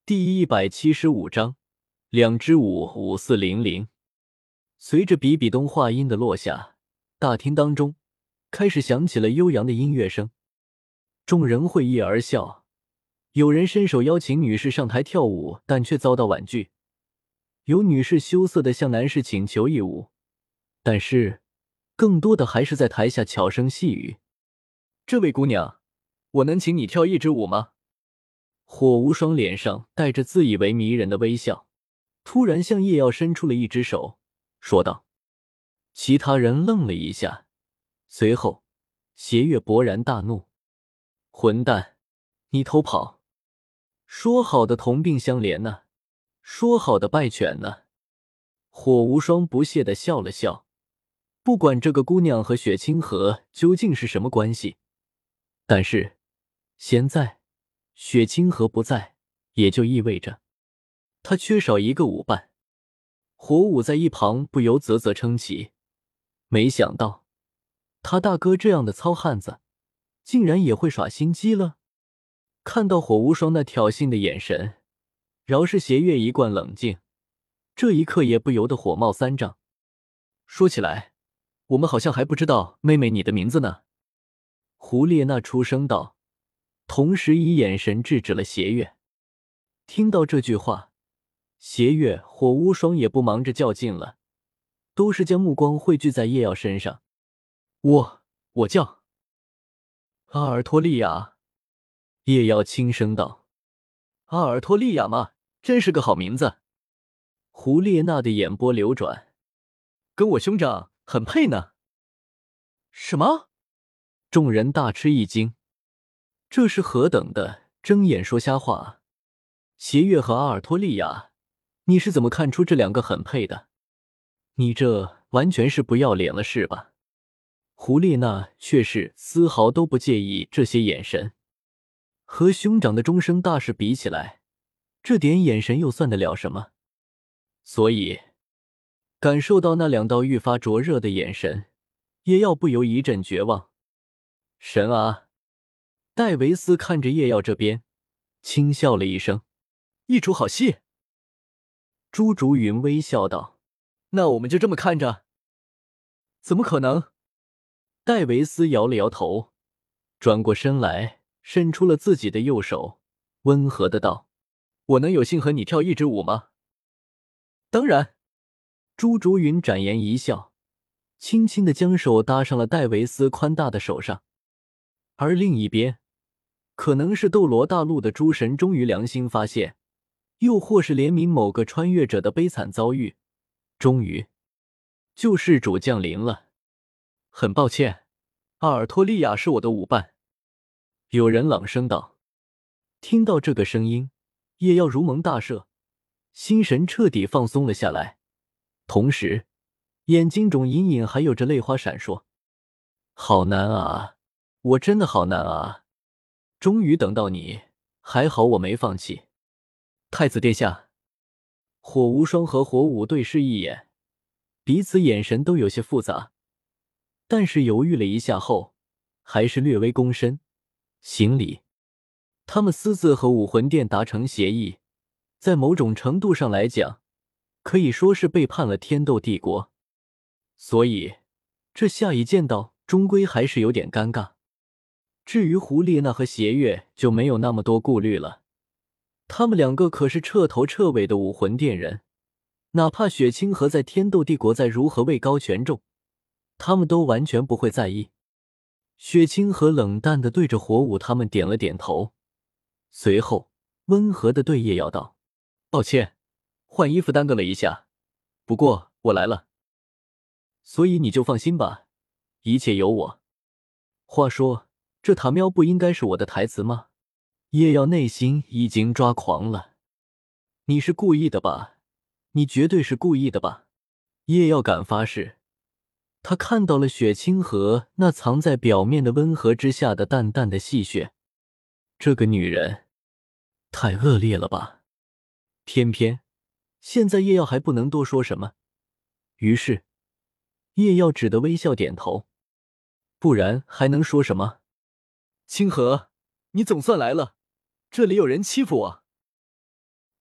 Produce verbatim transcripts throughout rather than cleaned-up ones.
第一百七十五章，两支舞五四零零。随着比比东话音的落下，大厅当中开始响起了悠扬的音乐声，众人会意而笑。有人伸手邀请女士上台跳舞，但却遭到婉拒；有女士羞涩地向男士请求一舞，但是更多的还是在台下悄声细语：“这位姑娘，我能请你跳一支舞吗？”火无双脸上带着自以为迷人的微笑，突然向叶耀伸出了一只手，说道。其他人愣了一下，随后邪月勃然大怒：“混蛋，你偷跑！说好的同病相怜呢？说好的拜犬呢？”火无双不屑地笑了笑，不管这个姑娘和雪清河究竟是什么关系，但是现在雪清河不在，也就意味着他缺少一个舞伴。火舞在一旁不由啧啧称奇，没想到他大哥这样的糙汉子竟然也会耍心机了。看到火无双那挑衅的眼神，饶是邪月一贯冷静，这一刻也不由得火冒三丈。说起来，我们好像还不知道妹妹你的名字呢。胡列娜出声道，同时以眼神制止了邪月。听到这句话，邪月、火无双也不忙着较劲了，都是将目光汇聚在叶耀身上。我我叫阿尔托利亚。叶耀轻声道。阿尔托利亚吗？真是个好名字。胡列娜的眼波流转，跟我兄长很配呢。什么？众人大吃一惊，这是何等的睁眼说瞎话啊！邪月和阿尔托利亚，你是怎么看出这两个很配的？你这完全是不要脸了是吧？胡列娜却是丝毫都不介意这些眼神，和兄长的终生大事比起来，这点眼神又算得了什么？所以感受到那两道愈发灼热的眼神，叶耀不由一阵绝望。神啊！戴维斯看着叶耀这边，轻笑了一声：“一出好戏。”朱竹云微笑道：“那我们就这么看着？”“怎么可能？”戴维斯摇了摇头，转过身来，伸出了自己的右手，温和的道：“我能有幸和你跳一支舞吗？”“当然。”朱竹云展颜一笑，轻轻的将手搭上了戴维斯宽大的手上。而另一边，可能是斗罗大陆的诸神终于良心发现，又或是怜悯某个穿越者的悲惨遭遇，终于救世主降临了。很抱歉，阿尔托利亚是我的舞伴。有人朗声道。听到这个声音，叶耀如蒙大赦，心神彻底放松了下来，同时眼睛中隐隐还有着泪花闪烁。好难啊，我真的好难啊！终于等到你，还好我没放弃。太子殿下。火无双和火舞对视一眼，彼此眼神都有些复杂，但是犹豫了一下后，还是略微躬身行礼。他们私自和武魂殿达成协议，在某种程度上来讲，可以说是背叛了天斗帝国，所以这下一见到终归还是有点尴尬。至于胡列娜和邪月就没有那么多顾虑了，他们两个可是彻头彻尾的武魂殿人，哪怕雪清河在天斗帝国再如何位高权重，他们都完全不会在意。雪清河冷淡地对着火舞他们点了点头，随后温和地对叶耀道：“抱歉，换衣服耽搁了一下，不过我来了，所以你就放心吧，一切有我。”话说，这塔喵不应该是我的台词吗？叶耀内心已经抓狂了。你是故意的吧？你绝对是故意的吧？叶耀敢发誓，他看到了雪清河那藏在表面的温和之下的淡淡的戏谑。这个女人太恶劣了吧？偏偏现在叶耀还不能多说什么，于是叶耀只得微笑点头，不然还能说什么？清河，你总算来了，这里有人欺负我。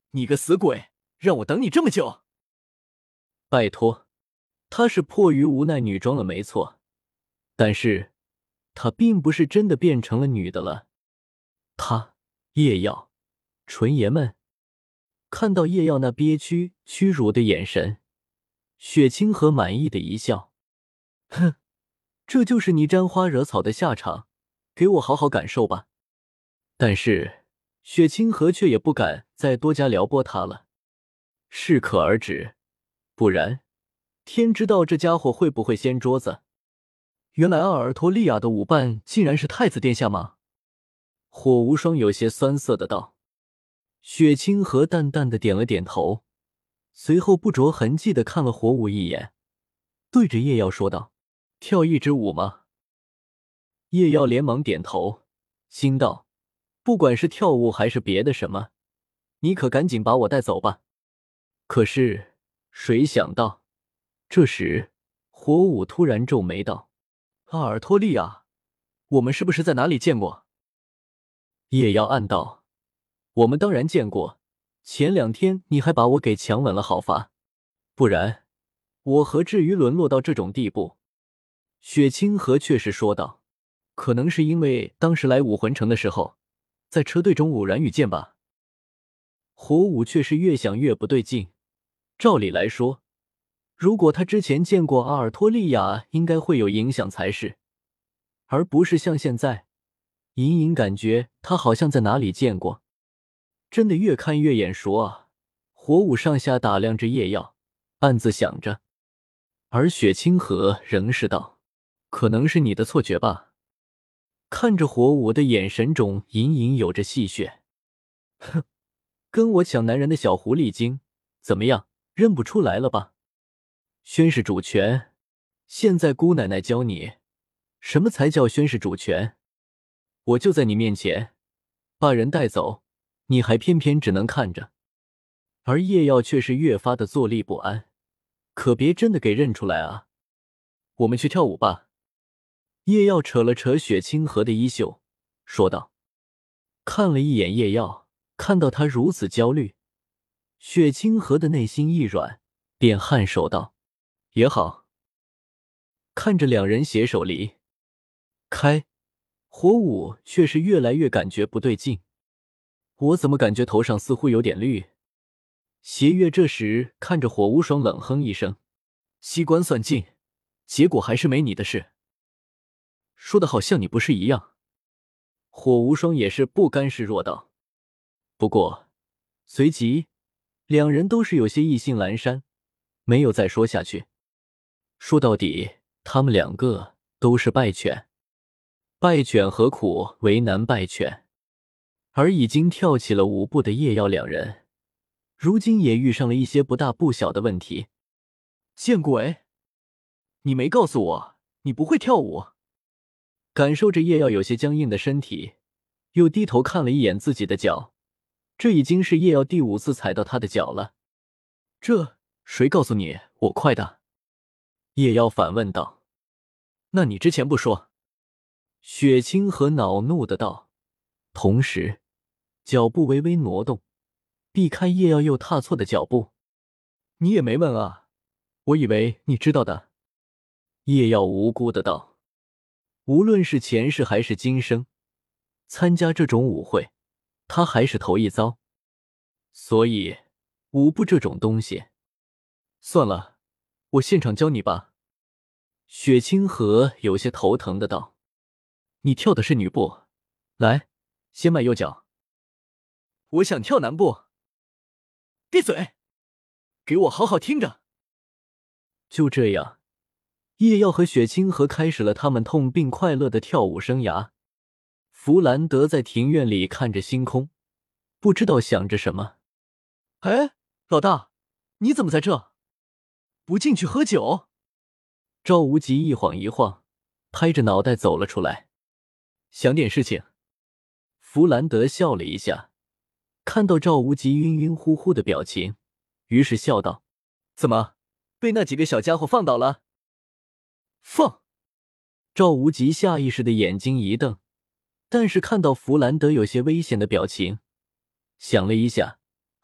你个死鬼，让我等你这么久！ 拜托，他是迫于无奈女装了没错，但是他并不是真的变成了女的了。他，叶耀，纯爷们。看到叶耀那憋屈、屈辱的眼神，雪清河满意的一笑：“哼，这就是你沾花惹草的下场，给我好好感受吧。”但是雪清河却也不敢再多加撩拨他了，适可而止，不然天知道这家伙会不会掀桌子。原来阿尔托利亚的舞伴竟然是太子殿下吗？火无双有些酸涩的道。雪清河淡淡的点了点头，随后不着痕迹的看了火舞一眼，对着叶耀说道：“跳一支舞吗？”叶耀连忙点头，心道：不管是跳舞还是别的什么，你可赶紧把我带走吧。可是谁想到，这时火舞突然皱眉道：“阿尔托利亚，我们是不是在哪里见过？”叶耀暗道：我们当然见过，前两天你还把我给强吻了好伐？不然我何至于沦落到这种地步？雪清河却是说道：可能是因为当时来武魂城的时候，在车队中偶然遇见吧。火舞却是越想越不对劲，照理来说，如果他之前见过阿尔托利亚，应该会有影响才是，而不是像现在隐隐感觉他好像在哪里见过。真的越看越眼熟啊！火舞上下打量着叶耀，暗自想着。而雪清河仍是道：可能是你的错觉吧。看着火舞的眼神中隐隐有着戏谑。哼，跟我抢男人的小狐狸精，怎么样，认不出来了吧？宣誓主权，现在姑奶奶教你，什么才叫宣誓主权？我就在你面前，把人带走，你还偏偏只能看着。而叶耀却是越发的坐立不安，可别真的给认出来啊！我们去跳舞吧。叶耀扯了扯雪清河的衣袖，说道。看了一眼叶耀，看到他如此焦虑，雪清河的内心一软，便颔首道：也好。看着两人携手离开，火舞却是越来越感觉不对劲。我怎么感觉头上似乎有点绿？邪月这时看着火无双冷哼一声：机关算尽，结果还是没你的事。说的好像你不是一样。火无双也是不甘示弱道。不过随即两人都是有些意兴阑珊，没有再说下去。说到底他们两个都是败犬，败犬何苦为难败犬。而已经跳起了舞步的叶耀两人，如今也遇上了一些不大不小的问题。见鬼！你没告诉我你不会跳舞。感受着叶耀有些僵硬的身体，又低头看了一眼自己的脚，这已经是叶耀第五次踩到他的脚了。这谁告诉你我快的？叶耀反问道。那你之前不说？雪清河恼怒的道，同时脚步微微挪动，避开叶耀又踏错的脚步。你也没问啊，我以为你知道的。叶耀无辜的道。无论是前世还是今生，参加这种舞会，他还是头一遭。所以，舞步这种东西，算了，我现场教你吧。雪清河有些头疼的道：你跳的是女步，来，先迈右脚。我想跳男步。闭嘴，给我好好听着。就这样，叶耀和雪清河开始了他们痛并快乐的跳舞生涯。弗兰德在庭院里看着星空，不知道想着什么。哎，老大，你怎么在这？不进去喝酒？赵无极一晃一晃，拍着脑袋走了出来。想点事情。弗兰德笑了一下，看到赵无极晕晕乎乎的表情，于是笑道：怎么，被那几个小家伙放倒了？放！赵无极下意识的眼睛一瞪，但是看到弗兰德有些危险的表情，想了一下，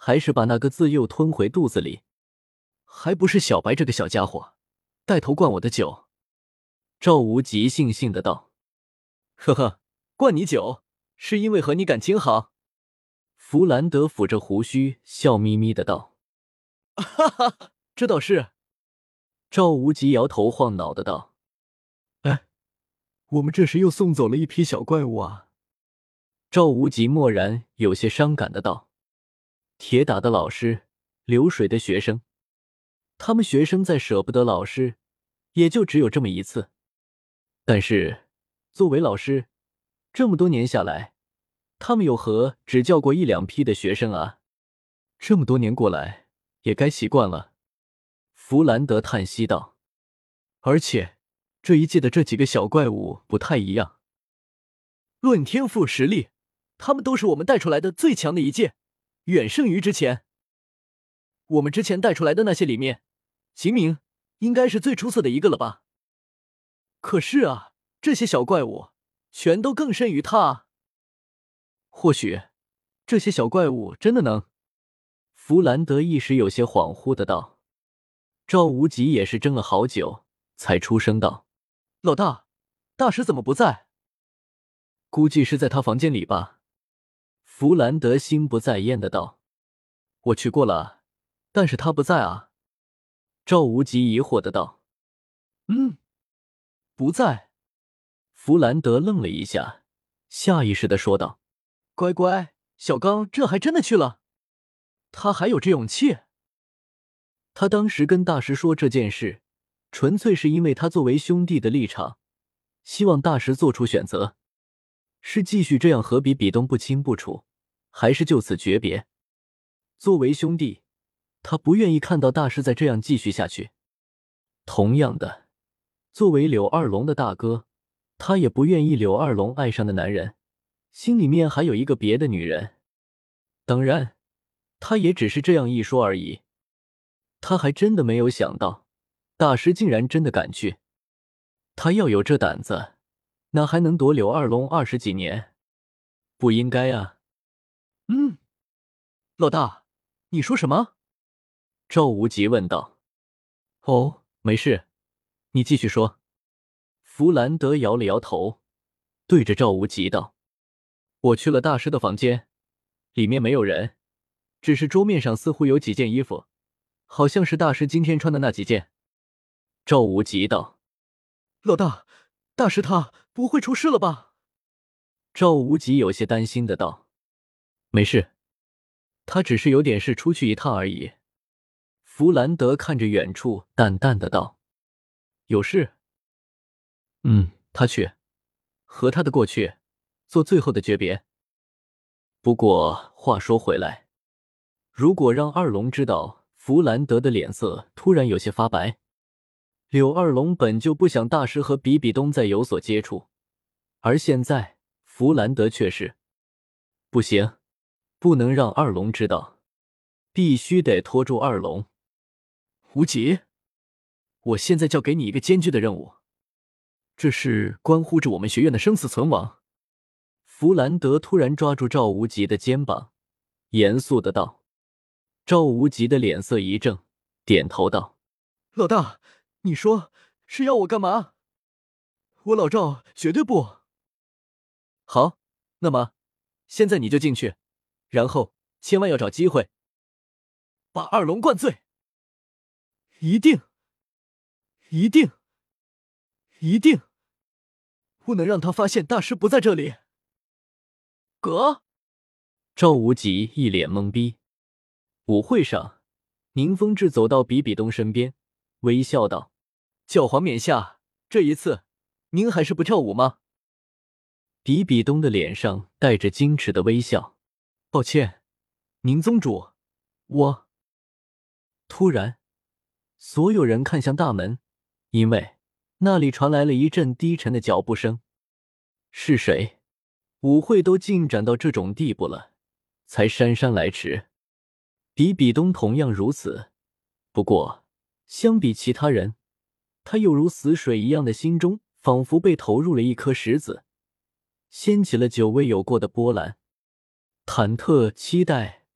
还是把那个字又吞回肚子里。 还不是小白这个小家伙带头灌我的酒。 赵无极悻悻的道。 呵呵，灌你酒是因为和你感情好。 弗兰德抚着胡须笑眯眯的道。 哈哈，这倒是。 赵无极摇头晃脑的道。 哎，我们这时又送走了一批小怪物啊。 赵无极默然有些伤感的道。铁打的老师，流水的学生，他们学生再舍不得老师，也就只有这么一次。但是作为老师，这么多年下来，他们有何只教过一两批的学生啊？ 这么多年过来，也该习惯了。 弗兰德叹息道。 而且这一届的这几个小怪物不太一样，论天赋实力，他们都是我们带出来的最强的一届，远胜于之前。我们之前带出来的那些里面，秦明应该是最出色的一个了吧？可是啊，这些小怪物全都更胜于他啊。或许这些小怪物真的能…… 弗兰德一时有些恍惚的道。赵无极也是怔了好久，才出声道： 老大，大师怎么不在？估计是在他房间里吧。 弗兰德心不在焉的道。 我去过了，但是他不在啊。 赵无极疑惑的道。 嗯，不在。 弗兰德愣了一下，下意识的说道。 乖乖，小刚这还真的去了？他还有这勇气？ 他当时跟大师说这件事，纯粹是因为他作为兄弟的立场，希望大师做出选择，是继续这样和比比东不清不楚，还是就此诀别。作为兄弟，他不愿意看到大师再这样继续下去。同样的，作为柳二龙的大哥，他也不愿意柳二龙爱上的男人心里面还有一个别的女人。当然，他也只是这样一说而已。他还真的没有想到，大师竟然真的敢去。他要有这胆子，哪还能躲柳二龙二十几年？不应该啊。 嗯，老大，你说什么？ 赵无极问道。 哦，没事，你继续说。 弗兰德摇了摇头，对着赵无极道： 我去了大师的房间，里面没有人，只是桌面上似乎有几件衣服，好像是大师今天穿的那几件。 赵无极道： 老大，大师他不会出事了吧？ 赵无极有些担心的道： 没事，他只是有点事出去一趟而已。 弗兰德看着远处淡淡的道： 有事？嗯，他去和他的过去做最后的诀别。 不过话说回来，如果让二龙知道弗兰德的脸色突然有些发白，柳二龙本就不想大师和比比东再有所接触，而现在弗兰德却是不行，不能让二龙知道，必须得拖住二龙。 无极，我现在交给你一个艰巨的任务，这是关乎着我们学院的生死存亡。 弗兰德突然抓住赵无极的肩膀，严肃的道。赵无极的脸色一正，点头道： 老大，你说是要我干嘛？我老赵绝对不。好，那么现在你就进去，然后千万要找机会把二龙灌醉。一定，一定，一定不能让他发现大师不在这里。哥， 赵无极一脸懵逼。舞会上，宁风致走到比比东身边，微笑道： 教皇冕下，这一次您还是不跳舞吗？ 比比东的脸上带着矜持的微笑。 抱歉，宁宗主，我…… 突然，所有人看向大门，因为那里传来了一阵低沉的脚步声。是谁？舞会都进展到这种地步了，才姗姗来迟。比比东同样如此，不过相比其他人，他又如死水一样的心中仿佛被投入了一颗石子，掀起了久未有过的波澜。忐忑、期待、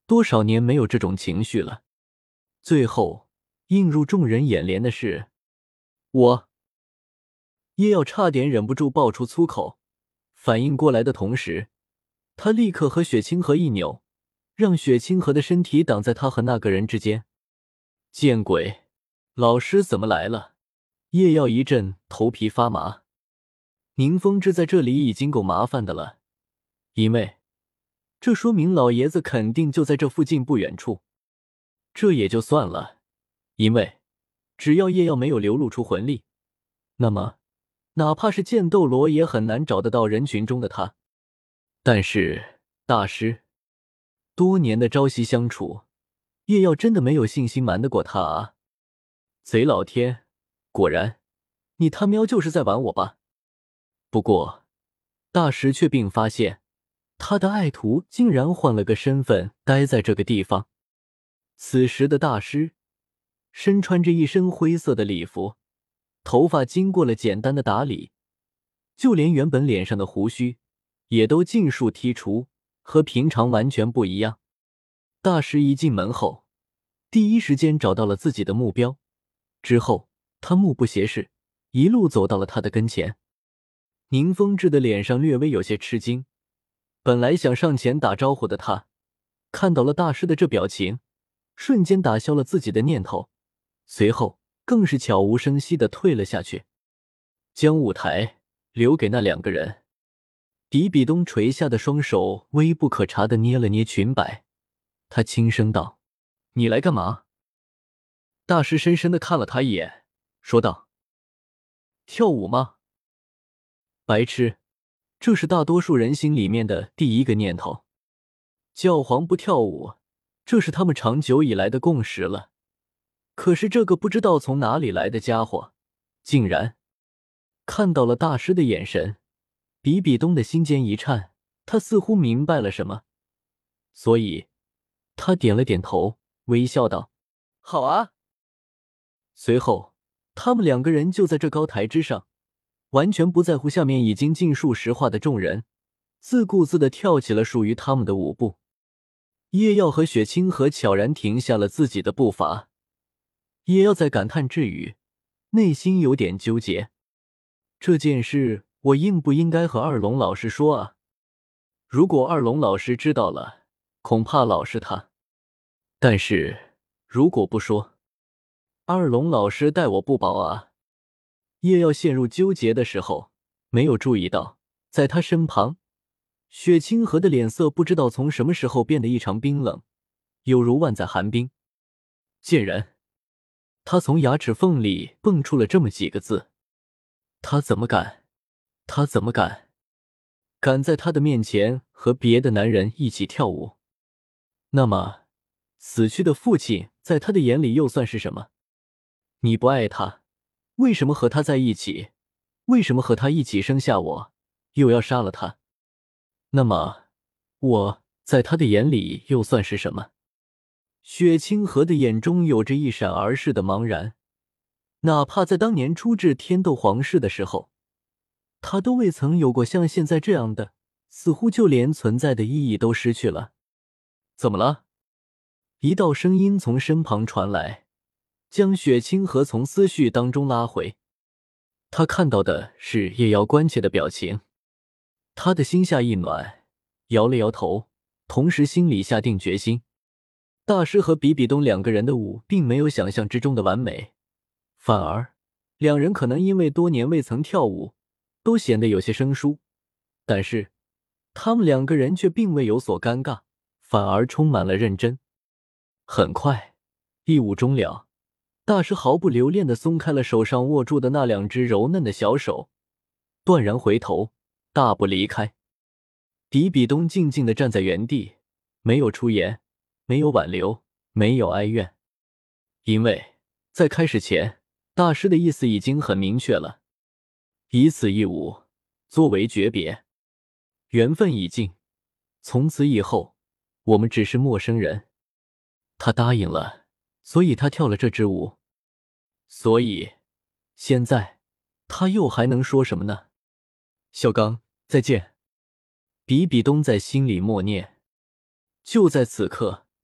多少年没有这种情绪了。最后映入众人眼帘的是，我。叶耀差点忍不住爆出粗口，反应过来的同时，他立刻和雪清河一扭，让雪清河的身体挡在他和那个人之间。见鬼，老师怎么来了？叶耀一阵头皮发麻。宁风致在这里已经够麻烦的了，因为这说明老爷子肯定就在这附近不远处。这也就算了，因为只要叶耀没有流露出魂力，那么哪怕是剑斗罗也很难找得到人群中的他。但是大师，多年的朝夕相处，叶耀真的没有信心瞒得过他啊！贼老天，果然，你他喵就是在玩我吧？不过，大师却并发现，他的爱徒竟然换了个身份待在这个地方。此时的大师身穿着一身灰色的礼服，头发经过了简单的打理，就连原本脸上的胡须也都尽数剔除，和平常完全不一样。大师一进门后，第一时间找到了自己的目标，之后他目不斜视，一路走到了他的跟前。宁风致的脸上略微有些吃惊，本来想上前打招呼的他，看到了大师的这表情，瞬间打消了自己的念头，随后更是悄无声息地退了下去，将舞台留给那两个人。比比东垂下的双手微不可察地捏了捏裙摆，他轻声道：“你来干嘛？”大师深深地看了他一眼，说道：“跳舞吗？”白痴，这是大多数人心里面的第一个念头。教皇不跳舞，这是他们长久以来的共识了。可是这个不知道从哪里来的家伙，竟然看到了大师的眼神，比比东的心间一颤，他似乎明白了什么，所以他点了点头，微笑道：“好啊。”随后，他们两个人就在这高台之上，完全不在乎下面已经尽数石化的众人，自顾自地跳起了属于他们的舞步。叶耀和雪清河悄然停下了自己的步伐，叶耀在感叹之余，内心有点纠结。这件事我应不应该和二龙老师说啊？如果二龙老师知道了，恐怕老是他。但是如果不说，二龙老师待我不薄啊。叶耀陷入纠结的时候，没有注意到，在他身旁，雪清河的脸色不知道从什么时候变得异常冰冷，有如万载寒冰。贱人！他从牙齿缝里蹦出了这么几个字。他怎么敢？他怎么敢？敢在他的面前和别的男人一起跳舞？那么，死去的父亲在他的眼里又算是什么？你不爱他，为什么和他在一起？为什么和他一起生下我，又要杀了他？那么，我在他的眼里又算是什么？雪清河的眼中有着一闪而逝的茫然，哪怕在当年初至天斗皇室的时候，他都未曾有过像现在这样的，似乎就连存在的意义都失去了。怎么了？一道声音从身旁传来，将雪清河从思绪当中拉回。他看到的是叶瑶关切的表情，他的心下一暖，摇了摇头，同时心里下定决心。大师和比比东两个人的舞并没有想象之中的完美，反而两人可能因为多年未曾跳舞，都显得有些生疏，但是他们两个人却并未有所尴尬，反而充满了认真。很快，一舞终了，大师毫不留恋地松开了手上握住的那两只柔嫩的小手，断然回头，大步离开。比比东静静地站在原地，没有出言，没有挽留，没有哀怨，因为在开始前，大师的意思已经很明确了，以此一舞作为诀别，缘分已尽，从此以后我们只是陌生人。他答应了，所以他跳了这支舞，所以现在他又还能说什么呢？小刚，再见。比比东在心里默念。就在此刻，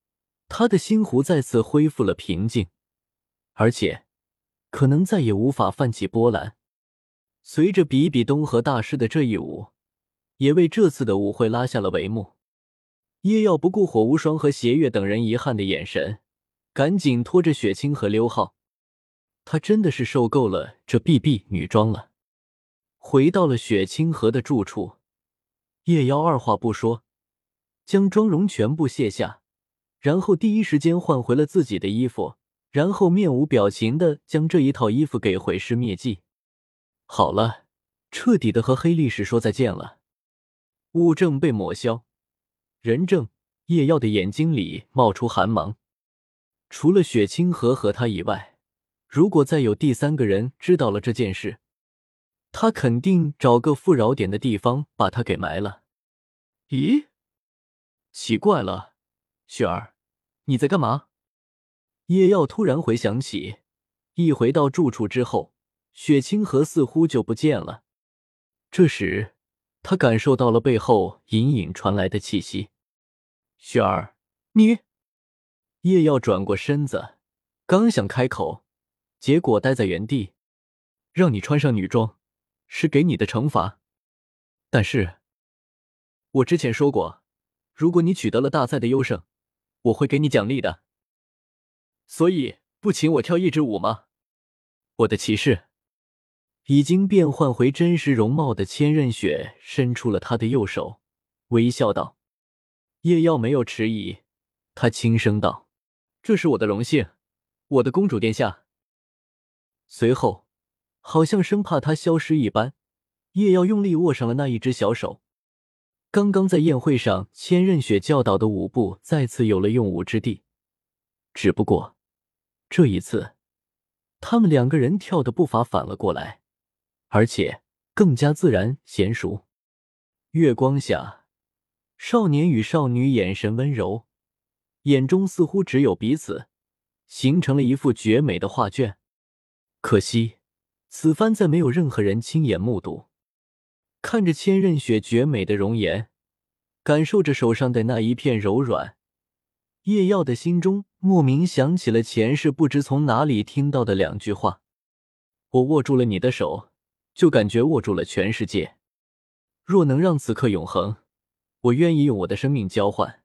他的心湖再次恢复了平静，而且可能再也无法泛起波澜。随着比比东和大师的这一舞，也为这次的舞会拉下了帷幕。叶耀不顾火无双和邪月等人遗憾的眼神，赶紧拖着雪清和刘浩。他真的是受够了这 B B 女装了。回到了雪清河的住处，叶妖二话不说，将妆容全部卸下，然后第一时间换回了自己的衣服，然后面无表情的将这一套衣服给毁尸灭迹。好了，彻底的和黑历史说再见了。物证被抹消，人证叶耀的眼睛里冒出寒芒。除了雪清河和他以外，如果再有第三个人知道了这件事，他肯定找个富饶点的地方把他给埋了。咦？奇怪了，雪儿，你在干嘛？叶耀突然回想起，一回到住处之后，雪清河似乎就不见了。这时，他感受到了背后隐隐传来的气息。雪儿，你……叶耀转过身子，刚想开口，结果待在原地。让你穿上女装，是给你的惩罚。但是，我之前说过，如果你取得了大赛的优胜，我会给你奖励的。所以，不请我跳一支舞吗？我的骑士。已经变换回真实容貌的千仞雪伸出了他的右手，微笑道。叶耀没有迟疑，他轻声道：这是我的荣幸，我的公主殿下。随后，好像生怕他消失一般，叶耀用力握上了那一只小手。刚刚在宴会上千仞雪教导的舞步再次有了用武之地，只不过这一次他们两个人跳的步伐反了过来，而且更加自然娴熟。月光下，少年与少女眼神温柔，眼中似乎只有彼此，形成了一幅绝美的画卷。可惜此番再没有任何人亲眼目睹。看着千仞雪绝美的容颜，感受着手上的那一片柔软，叶耀的心中莫名想起了前世不知从哪里听到的两句话：我握住了你的手，就感觉握住了全世界。若能让此刻永恒，我愿意用我的生命交换。